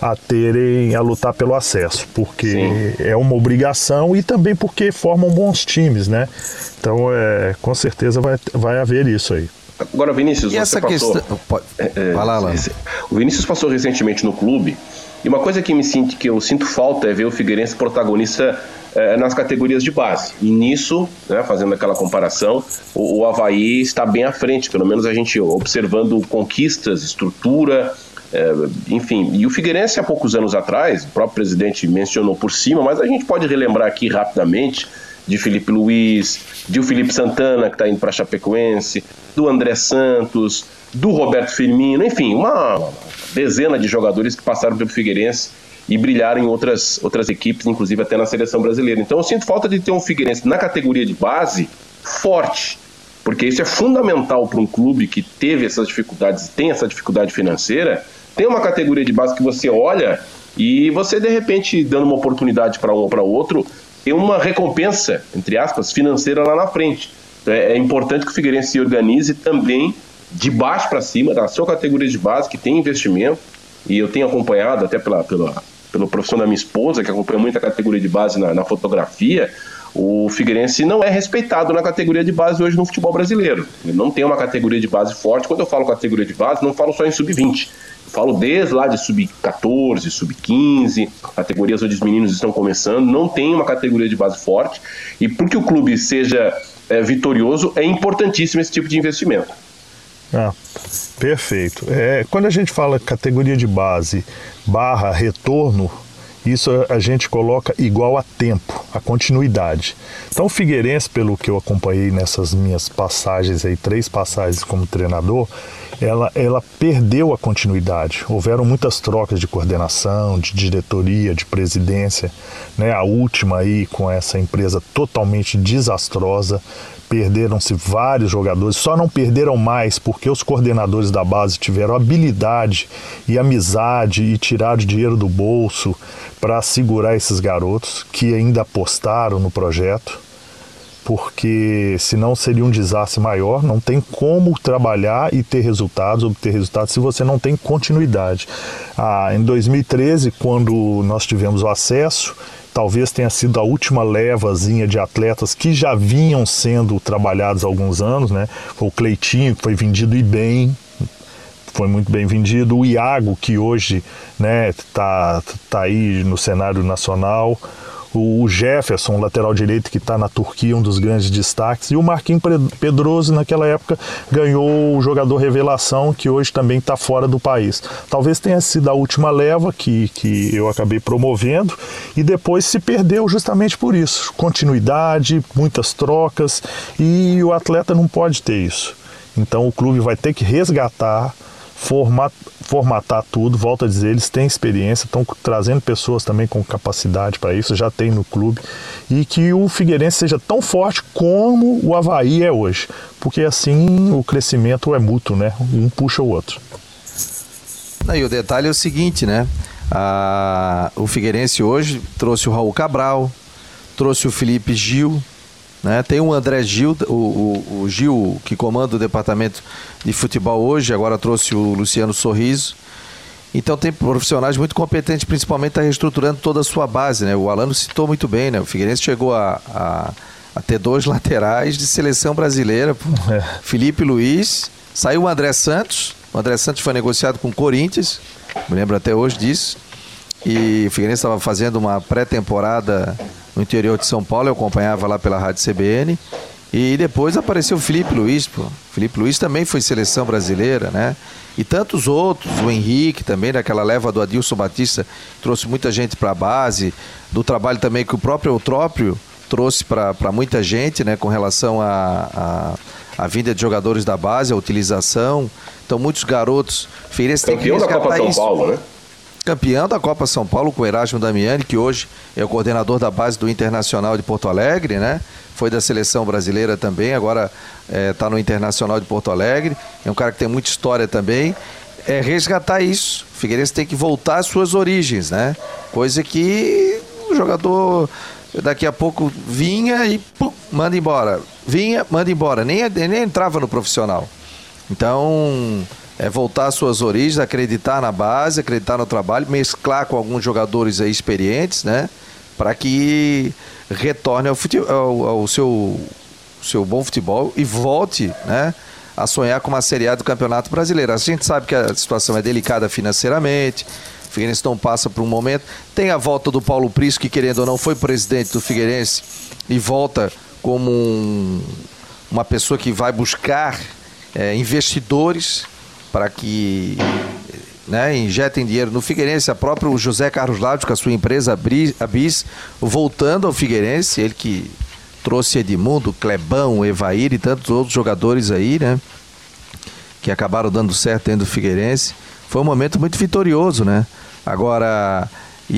a lutar pelo acesso, porque é uma obrigação e também porque formam bons times, né? Então, com certeza vai haver isso aí. Agora, Vinícius, e essa questão... Vai lá, Lano. O Vinícius passou recentemente no clube. E uma coisa que eu sinto falta é ver o Figueirense protagonista nas categorias de base. E nisso, né, fazendo aquela comparação, o Avaí está bem à frente, pelo menos a gente observando conquistas, estrutura, enfim. E o Figueirense, há poucos anos atrás, o próprio presidente mencionou por cima, mas a gente pode relembrar aqui rapidamente de Felipe Luiz, de o Felipe Santana, que está indo para a Chapecoense, do André Santos, do Roberto Firmino, enfim, uma dezena de jogadores que passaram pelo Figueirense e brilharam em outras equipes, inclusive até na seleção brasileira. Então eu sinto falta de ter um Figueirense na categoria de base forte, porque isso é fundamental para um clube que teve essas dificuldades, tem essa dificuldade financeira, tem uma categoria de base que você olha e você, de repente, dando uma oportunidade para um ou para outro, tem uma recompensa, entre aspas, financeira lá na frente. Então é importante que o Figueirense se organize também de baixo para cima, da sua categoria de base, que tem investimento, e eu tenho acompanhado até pelo profissão da minha esposa, que acompanha muito a categoria de base na fotografia. O Figueirense não é respeitado na categoria de base hoje no futebol brasileiro. Ele não tem uma categoria de base forte. Quando eu falo categoria de base, não falo só em sub-20. Eu falo desde lá de sub-14, sub-15, categorias onde os meninos estão começando. Não tem uma categoria de base forte. E para que o clube seja vitorioso, é importantíssimo esse tipo de investimento. Perfeito. Quando a gente fala categoria de base / retorno, isso a gente coloca igual a tempo, a continuidade. Então o Figueirense, pelo que eu acompanhei nessas minhas passagens aí, 3 passagens como treinador, ela perdeu a continuidade. Houveram muitas trocas de coordenação, de diretoria, de presidência, né? A última aí com essa empresa totalmente desastrosa. Perderam-se vários jogadores, só não perderam mais porque os coordenadores da base tiveram habilidade e amizade e tiraram dinheiro do bolso para segurar esses garotos que ainda apostaram no projeto, porque senão seria um desastre maior. Não tem como trabalhar e ter resultados, obter resultados, se você não tem continuidade. Em 2013, quando nós tivemos o acesso, talvez tenha sido a última levazinha de atletas que já vinham sendo trabalhados há alguns anos, né? Foi o Cleitinho, que foi vendido e bem, foi muito bem vendido. O Iago, que hoje, né, tá aí no cenário nacional. O Jefferson, lateral direito, que está na Turquia, um dos grandes destaques. E o Marquinhos Pedroso, naquela época, ganhou o jogador revelação, que hoje também está fora do país. Talvez tenha sido a última leva que eu acabei promovendo e depois se perdeu justamente por isso. Continuidade, muitas trocas, e o atleta não pode ter isso. Então o clube vai ter que resgatar formatar tudo, volto a dizer, eles têm experiência, estão trazendo pessoas também com capacidade para isso, já tem no clube, e que o Figueirense seja tão forte como o Avaí é hoje, porque assim o crescimento é mútuo, né? Um puxa o outro. E o detalhe é o seguinte, né? O Figueirense hoje trouxe o Raul Cabral, trouxe o Felipe Gil, né? Tem o André Gil, o Gil que comanda o departamento de futebol hoje, agora trouxe o Luciano Sorriso. Então tem profissionais muito competentes, principalmente está reestruturando toda a sua base, né? O Alano citou muito bem, né? O Figueirense chegou a ter 2 laterais de seleção brasileira, Felipe Luiz, saiu o André Santos foi negociado com o Corinthians, me lembro até hoje disso, e o Figueirense estava fazendo uma pré-temporada no interior de São Paulo, eu acompanhava lá pela Rádio CBN, e depois apareceu o Felipe Luiz, Felipe Luiz também foi seleção brasileira, né? E tantos outros, o Henrique também, daquela leva do Adilson Batista, trouxe muita gente para a base, do trabalho também que o próprio Eutrópio trouxe para muita gente, né? Com relação à vinda de jogadores da base, a utilização. Então muitos garotos, Figueirense tem que resgatar Copa São Paulo, né? Campeão da Copa São Paulo com o Erasmo Damiani, que hoje é o coordenador da base do Internacional de Porto Alegre, né? Foi da seleção brasileira também, agora está no Internacional de Porto Alegre. É um cara que tem muita história também. É resgatar isso. O Figueirense tem que voltar às suas origens, né? Coisa que o jogador daqui a pouco vinha e pum, manda embora. Vinha, manda embora. Nem entrava no profissional. Então, voltar às suas origens, acreditar na base, acreditar no trabalho, mesclar com alguns jogadores aí experientes, né? Para que retorne ao seu bom futebol e volte, né, a sonhar com uma Série A do Campeonato Brasileiro. A gente sabe que a situação é delicada financeiramente, o Figueirense não passa por um momento. Tem a volta do Paulo Prisco, que querendo ou não foi presidente do Figueirense e volta como uma pessoa que vai buscar investidores para que, né, injetem dinheiro no Figueirense. A próprio José Carlos Láudio, com a sua empresa a Bis, voltando ao Figueirense, ele que trouxe Edmundo, Clebão, Evair e tantos outros jogadores aí, né, que acabaram dando certo dentro do Figueirense. Foi um momento muito vitorioso, né? Agora,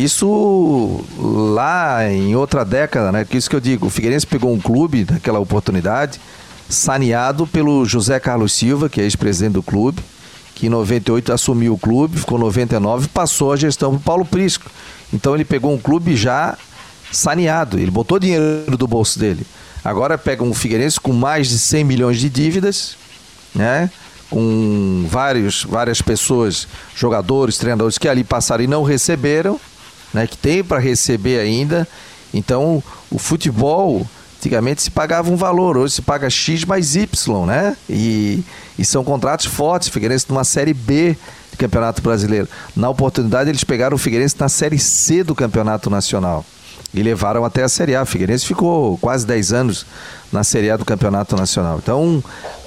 isso lá em outra década, né? Que isso que eu digo, o Figueirense pegou um clube naquela oportunidade, saneado pelo José Carlos Silva, que é ex-presidente do clube, que em 98 assumiu o clube, ficou em 99, passou a gestão para o Paulo Prisco. Então ele pegou um clube já saneado, ele botou dinheiro do bolso dele. Agora pega um Figueirense com mais de 100 milhões de dívidas, né? Com várias pessoas, jogadores, treinadores que ali passaram e não receberam, né? Que tem para receber ainda. Então o futebol, antigamente se pagava um valor, hoje se paga X mais Y, né? E são contratos fortes. O Figueirense numa Série B do Campeonato Brasileiro. Na oportunidade eles pegaram o Figueirense na Série C do Campeonato Nacional e levaram até a Série A. O Figueirense ficou quase 10 anos na Série A do Campeonato Nacional. Então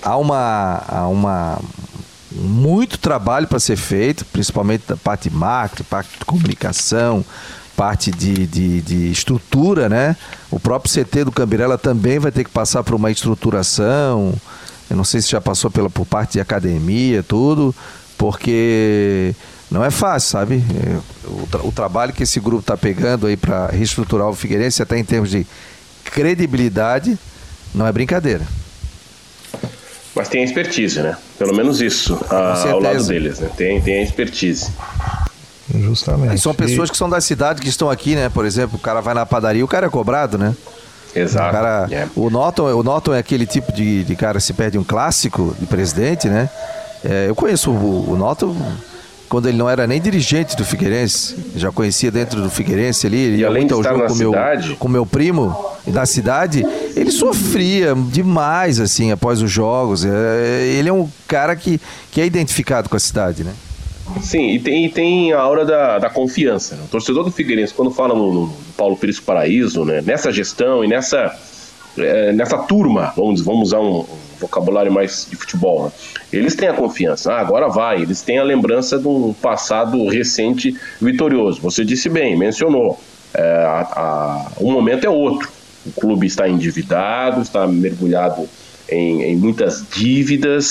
há muito trabalho para ser feito, principalmente da parte de marketing, parte de comunicação, parte de estrutura, né? O próprio CT do Cambirela também vai ter que passar por uma estruturação. Eu não sei se já passou por parte de academia, tudo, porque não é fácil, sabe? O trabalho que esse grupo está pegando aí para reestruturar o Figueirense, até em termos de credibilidade, não é brincadeira. Mas tem a expertise, né? Pelo menos isso, ao lado deles, né? Tem a expertise. Justamente. E são pessoas que são da cidade, que estão aqui, né? Por exemplo, o cara vai na padaria, o cara é cobrado, né? Exato. O Norton é aquele tipo de cara, se perde um clássico de presidente, né? Eu conheço o Norton quando ele não era nem dirigente do Figueirense, já conhecia dentro do Figueirense ali, ele ia muito ao jogo com meu primo da cidade, ele sofria demais, assim, após os jogos. Ele é um cara que é identificado com a cidade, né? Sim, e tem a aura da confiança, né? O torcedor do Figueirense, quando fala no Paulo Prisco Paraíso, né, nessa gestão e nessa turma, vamos usar um vocabulário mais de futebol, né? Eles têm a confiança, agora vai, eles têm a lembrança de um passado recente vitorioso. Você disse bem, mencionou, um momento é outro, o clube está endividado, está mergulhado em muitas dívidas,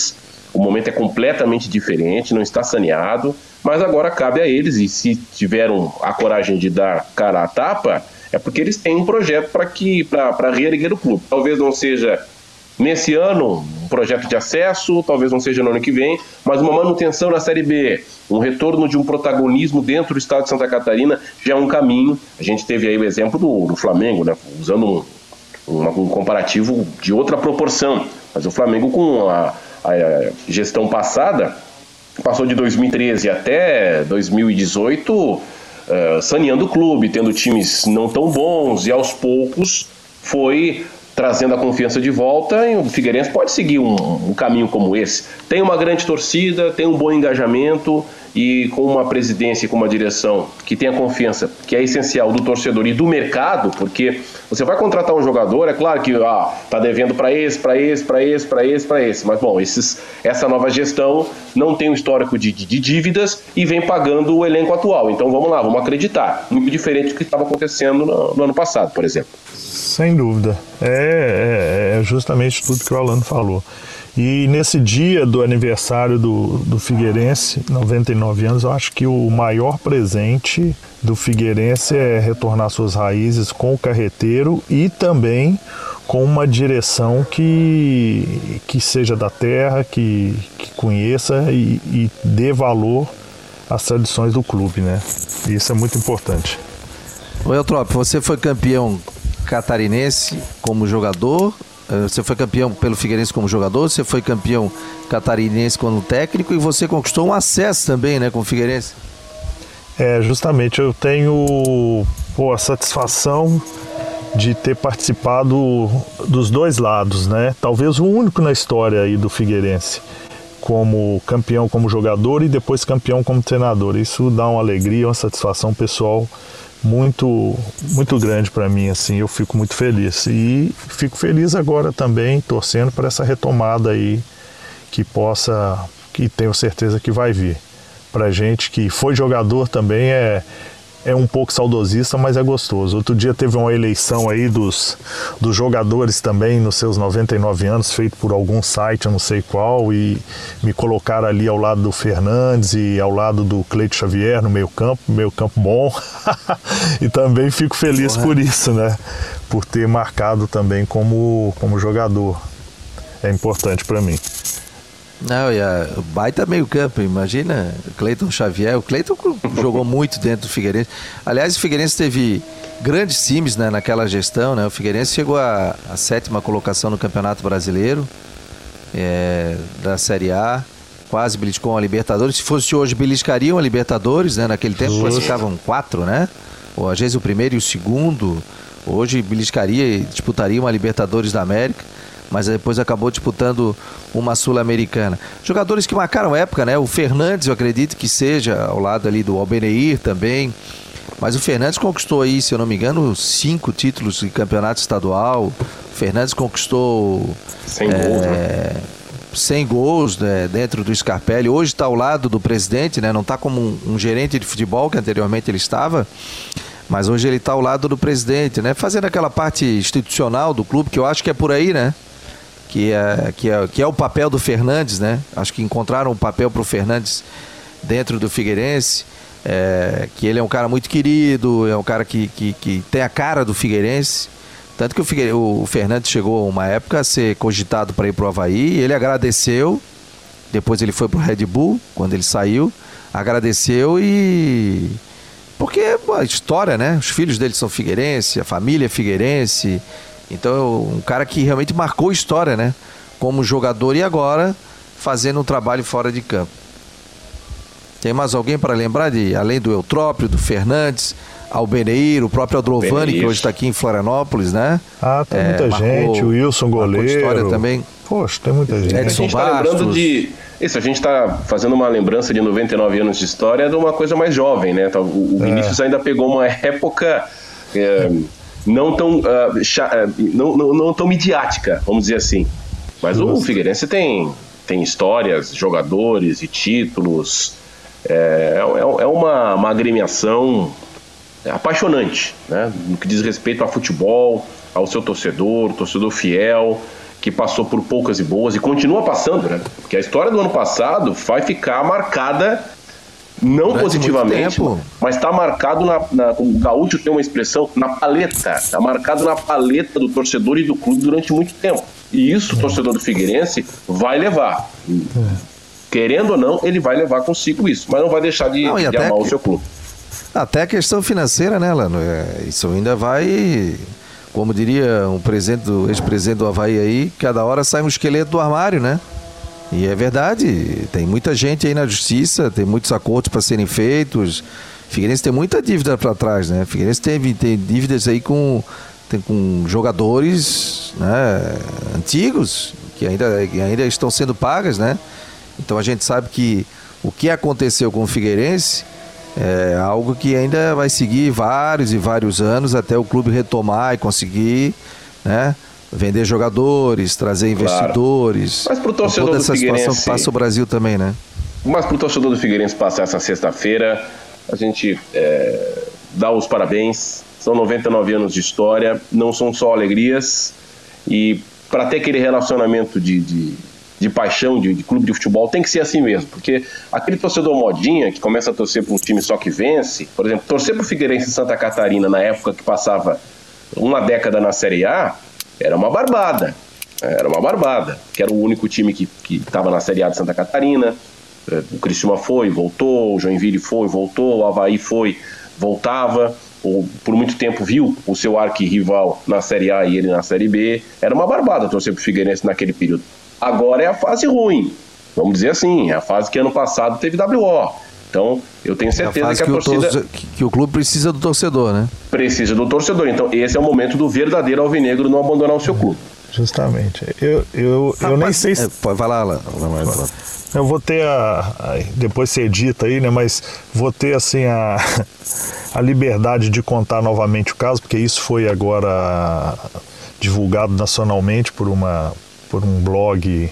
o momento é completamente diferente, não está saneado, mas agora cabe a eles, e se tiveram a coragem de dar cara à tapa, é porque eles têm um projeto para reerguer o clube. Talvez não seja nesse ano um projeto de acesso, talvez não seja no ano que vem, mas uma manutenção na Série B, um retorno de um protagonismo dentro do estado de Santa Catarina já é um caminho. A gente teve aí o exemplo do Flamengo, né, usando um comparativo de outra proporção, mas o Flamengo com a gestão passada passou de 2013 até 2018 saneando o clube, tendo times não tão bons, e aos poucos foi trazendo a confiança de volta, e o Figueirense pode seguir um caminho como esse. Tem uma grande torcida, tem um bom engajamento, e com uma presidência e com uma direção que tem a confiança, que é essencial, do torcedor e do mercado, porque você vai contratar um jogador, é claro que tá devendo para esse, mas bom, essa nova gestão não tem um histórico de dívidas e vem pagando o elenco atual. Então vamos lá, vamos acreditar. Muito diferente do que estava acontecendo no ano passado, por exemplo. Sem dúvida. É justamente tudo que o Alano falou. E nesse dia do aniversário do Figueirense, 99 anos, eu acho que o maior presente do Figueirense é retornar suas raízes com o carreteiro e também com uma direção que seja da terra, que conheça e dê valor às tradições do clube, né? E isso é muito importante. Ô Eutrópio, você foi campeão catarinense como jogador, você foi campeão pelo Figueirense como jogador, você foi campeão catarinense como técnico, e você conquistou um acesso também, né, com o Figueirense. Justamente, eu tenho a satisfação de ter participado dos dois lados, né? Talvez o único na história aí do Figueirense, como campeão como jogador e depois campeão como treinador. Isso dá uma alegria, uma satisfação pessoal muito, muito grande para mim, assim. Eu fico muito feliz e fico feliz agora também, torcendo para essa retomada aí que tenho certeza que vai vir. Pra gente que foi jogador também é um pouco saudosista, mas é gostoso. Outro dia teve uma eleição aí dos jogadores também, nos seus 99 anos, feito por algum site, eu não sei qual, e me colocaram ali ao lado do Fernandes e ao lado do Cleito Xavier no meio campo bom. E também fico feliz por isso, né? Por ter marcado também como jogador. É importante para mim. Não, e a baita meio campo, imagina, Cleiton Xavier. O Cleiton jogou muito dentro do Figueirense. Aliás, o Figueirense teve grandes times, né, naquela gestão, né? O Figueirense chegou à 7ª colocação no Campeonato Brasileiro, da Série A, quase beliscou a Libertadores. Se fosse hoje, beliscariam a Libertadores, né? Naquele tempo classificavam 4, né? Ou às vezes o primeiro e o segundo. Hoje beliscaria e disputaria uma Libertadores da América, mas depois acabou disputando uma Sul-Americana. Jogadores que marcaram época, né? O Fernandes, eu acredito que seja, ao lado ali do Albeneir também. Mas o Fernandes conquistou aí, se eu não me engano, 5 títulos de campeonato estadual. O Fernandes conquistou 100 gols, né, dentro do Scarpelli. Hoje está ao lado do presidente, né? Não está como um gerente de futebol, que anteriormente ele estava. Mas hoje ele está ao lado do presidente, né? Fazendo aquela parte institucional do clube, que eu acho que é por aí, né? Que é o papel do Fernandes, né? Acho que encontraram um papel para o Fernandes dentro do Figueirense, que ele é um cara muito querido, é um cara que tem a cara do Figueirense. Tanto que o Fernandes chegou uma época a ser cogitado para ir para o Avaí, ele agradeceu, depois ele foi para o Red Bull, quando ele saiu, agradeceu porque a história, né? Os filhos dele são figueirense, a família é figueirense. Então é um cara que realmente marcou história, né? Como jogador e agora fazendo um trabalho fora de campo. Tem mais alguém para lembrar além do Eutrópio, do Fernandes, Albeneir, o próprio Adrovani, que hoje está aqui em Florianópolis, né? Tem muita gente, o Wilson goleiro. História também. Poxa, tem muita gente. Edson a gente está lembrando a gente está fazendo uma lembrança de 99 anos de história de uma coisa mais jovem, né? O Vinícius ainda pegou uma época não tão midiática, vamos dizer assim. Mas o Figueirense tem histórias, jogadores e títulos. É uma agremiação apaixonante, né? No que diz respeito a futebol, ao seu torcedor fiel. que passou por poucas e boas e continua passando, né? Porque a história do ano passado vai ficar marcada, não durante positivamente, mas está marcado o Gaúcho tem uma expressão, na paleta, está marcado na paleta do torcedor e do clube durante muito tempo. E isso o torcedor do Figueirense vai levar. Querendo ou não, ele vai levar consigo isso, mas não vai deixar de amar o seu clube. Até a questão financeira, né, Lano? Isso ainda vai, como diria um ex-presidente do Avaí aí, cada hora sai um esqueleto do armário, né? E é verdade, tem muita gente aí na justiça, tem muitos acordos para serem feitos. Figueirense tem muita dívida para trás, né? Figueirense tem dívidas aí com jogadores, né, antigos, que ainda estão sendo pagas, né? Então a gente sabe que o que aconteceu com o Figueirense é algo que ainda vai seguir vários e vários anos até o clube retomar e conseguir, né, vender jogadores, trazer investidores. Mas pro torcedor toda do essa Figueirense, situação que passa o Brasil também, né? Mas pro torcedor do Figueirense passar essa sexta-feira, a gente dá os parabéns. São 99 anos de história, não são só alegrias. E para ter aquele relacionamento de paixão, de clube de futebol, tem que ser assim mesmo, porque aquele torcedor modinha que começa a torcer para um time só que vence, por exemplo, torcer para o Figueirense em Santa Catarina na época que passava uma década na Série A, era uma barbada, que era o único time que estava na Série A de Santa Catarina. O Criciúma foi, voltou, o Joinville foi, voltou, o Avaí foi, voltava, ou por muito tempo viu o seu arquirrival na Série A e ele na Série B. Era uma barbada torcer para o Figueirense naquele período. Agora é a fase ruim, vamos dizer assim, é a fase que ano passado teve WO. Então, eu tenho certeza que a torcida... que o clube precisa do torcedor, né? Precisa do torcedor. Então, esse é o momento do verdadeiro alvinegro não abandonar o seu clube. Justamente. Eu nem sei se... Vai lá. Eu vou ter depois você edita aí, né? Mas vou ter, assim, a liberdade de contar novamente o caso, porque isso foi agora divulgado nacionalmente por um blog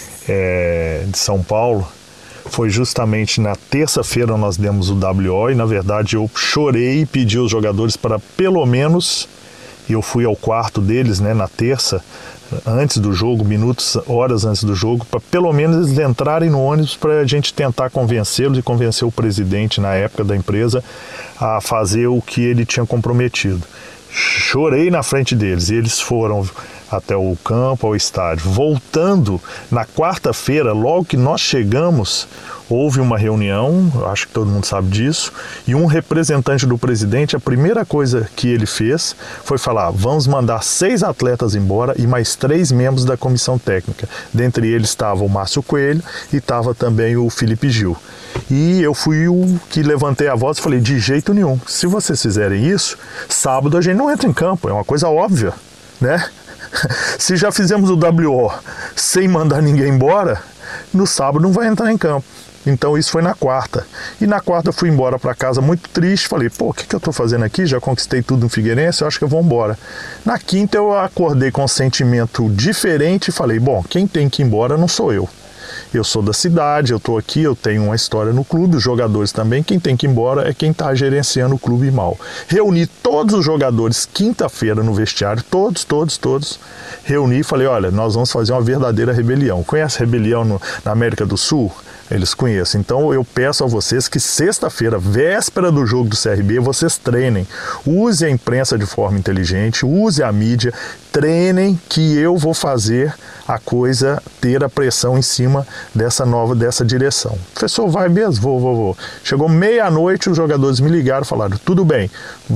de São Paulo. Foi justamente na terça-feira nós demos o WO e, na verdade, eu chorei e pedi aos jogadores para pelo menos, eu fui ao quarto deles, né, na terça, antes do jogo, horas antes do jogo, para pelo menos eles entrarem no ônibus para a gente tentar convencê-los e convencer o presidente, na época da empresa, a fazer o que ele tinha comprometido. Chorei na frente deles e eles foram até o campo, ao estádio. Voltando, na quarta-feira, logo que nós chegamos, houve uma reunião, acho que todo mundo sabe disso, e um representante do presidente, a primeira coisa que ele fez foi falar: vamos mandar 6 atletas embora e mais 3 membros da comissão técnica. Dentre eles estava o Márcio Coelho e estava também o Felipe Gil. E eu fui o que levantei a voz e falei: de jeito nenhum, se vocês fizerem isso, sábado a gente não entra em campo, é uma coisa óbvia, né? Se já fizemos o WO sem mandar ninguém embora, no sábado não vai entrar em campo. Então isso foi na quarta. E na quarta eu fui embora para casa muito triste. Falei: pô, o que eu estou fazendo aqui? Já conquistei tudo no Figueirense, eu acho que eu vou embora. Na quinta eu acordei com um sentimento diferente e falei: bom, quem tem que ir embora não sou eu. Eu sou da cidade, eu estou aqui, eu tenho uma história no clube, os jogadores também. Quem tem que ir embora é quem está gerenciando o clube mal. Reuni todos os jogadores quinta-feira no vestiário, todos. Reuni e falei: olha, nós vamos fazer uma verdadeira rebelião. Conhece rebelião na América do Sul? Eles conhecem. Então eu peço a vocês que sexta-feira, véspera do jogo do CRB, vocês treinem. Use a imprensa de forma inteligente, use a mídia, treinem, que eu vou fazer a coisa ter a pressão em cima dessa direção. Professor, vai mesmo? Vou. Chegou meia-noite, os jogadores me ligaram e falaram: tudo bem,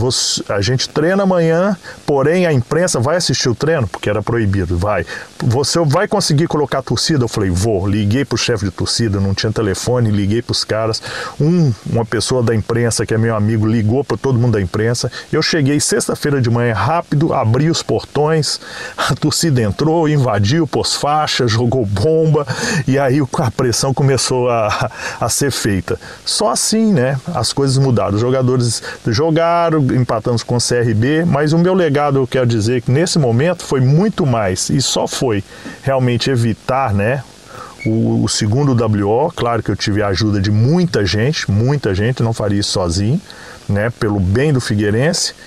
a gente treina amanhã, porém a imprensa vai assistir o treino, porque era proibido, vai. Você vai conseguir colocar a torcida? Eu falei: vou. Liguei para o chefe de torcida, não tinha telefone, liguei para os caras. Uma pessoa da imprensa, que é meu amigo, ligou para todo mundo da imprensa. Eu cheguei sexta-feira de manhã rápido, abri os portões, a torcida entrou, invadiu, pôs faixa, jogou bomba, e aí a pressão começou a ser feita. Só assim, né, as coisas mudaram. Os jogadores jogaram, empatamos com o CRB, mas o meu legado, eu quero dizer que nesse momento foi muito mais, e só foi realmente evitar, né, o segundo WO. Claro que eu tive a ajuda de muita gente, não faria isso sozinho, né, pelo bem do Figueirense.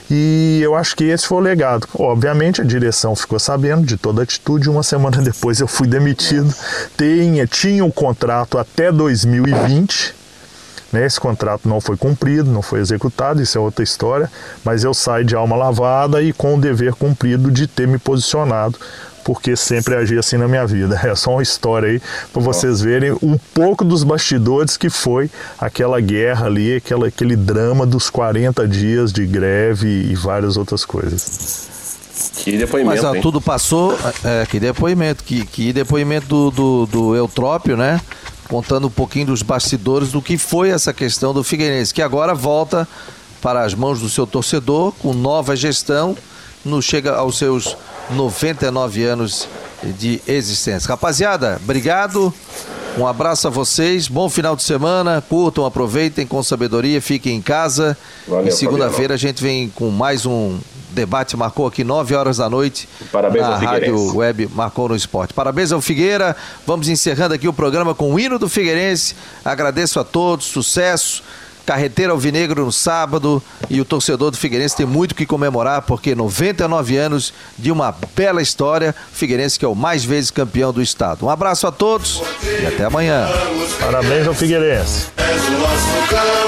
E eu acho que esse foi o legado. Obviamente a direção ficou sabendo de toda a atitude, uma semana depois eu fui demitido. Tinha um contrato até 2020, né? Esse contrato não foi cumprido, não foi executado, isso é outra história, mas eu saio de alma lavada e com o dever cumprido de ter me posicionado, porque sempre agi assim na minha vida. É só uma história aí para vocês verem um pouco dos bastidores que foi aquela guerra ali, aquele drama dos 40 dias de greve e várias outras coisas. Que depoimento, mas tudo passou, que depoimento do Eutrópio, né? Contando um pouquinho dos bastidores do que foi essa questão do Figueirense, que agora volta para as mãos do seu torcedor, com nova gestão, chega aos seus 99 anos de existência. Rapaziada, obrigado, um abraço a vocês, bom final de semana, curtam, aproveitem com sabedoria, fiquem em casa. Valeu, e segunda-feira a gente vem com mais um debate, marcou aqui 9 horas da noite. Parabéns na ao Figueirense. Rádio Web Marcou no Esporte. Parabéns ao Figueira, vamos encerrando aqui o programa com o hino do Figueirense. Agradeço a todos, sucesso. Carreteira Alvinegro no sábado, e o torcedor do Figueirense tem muito que comemorar, porque 99 anos de uma bela história, Figueirense que é o mais vezes campeão do estado. Um abraço a todos e até amanhã. Parabéns ao Figueirense.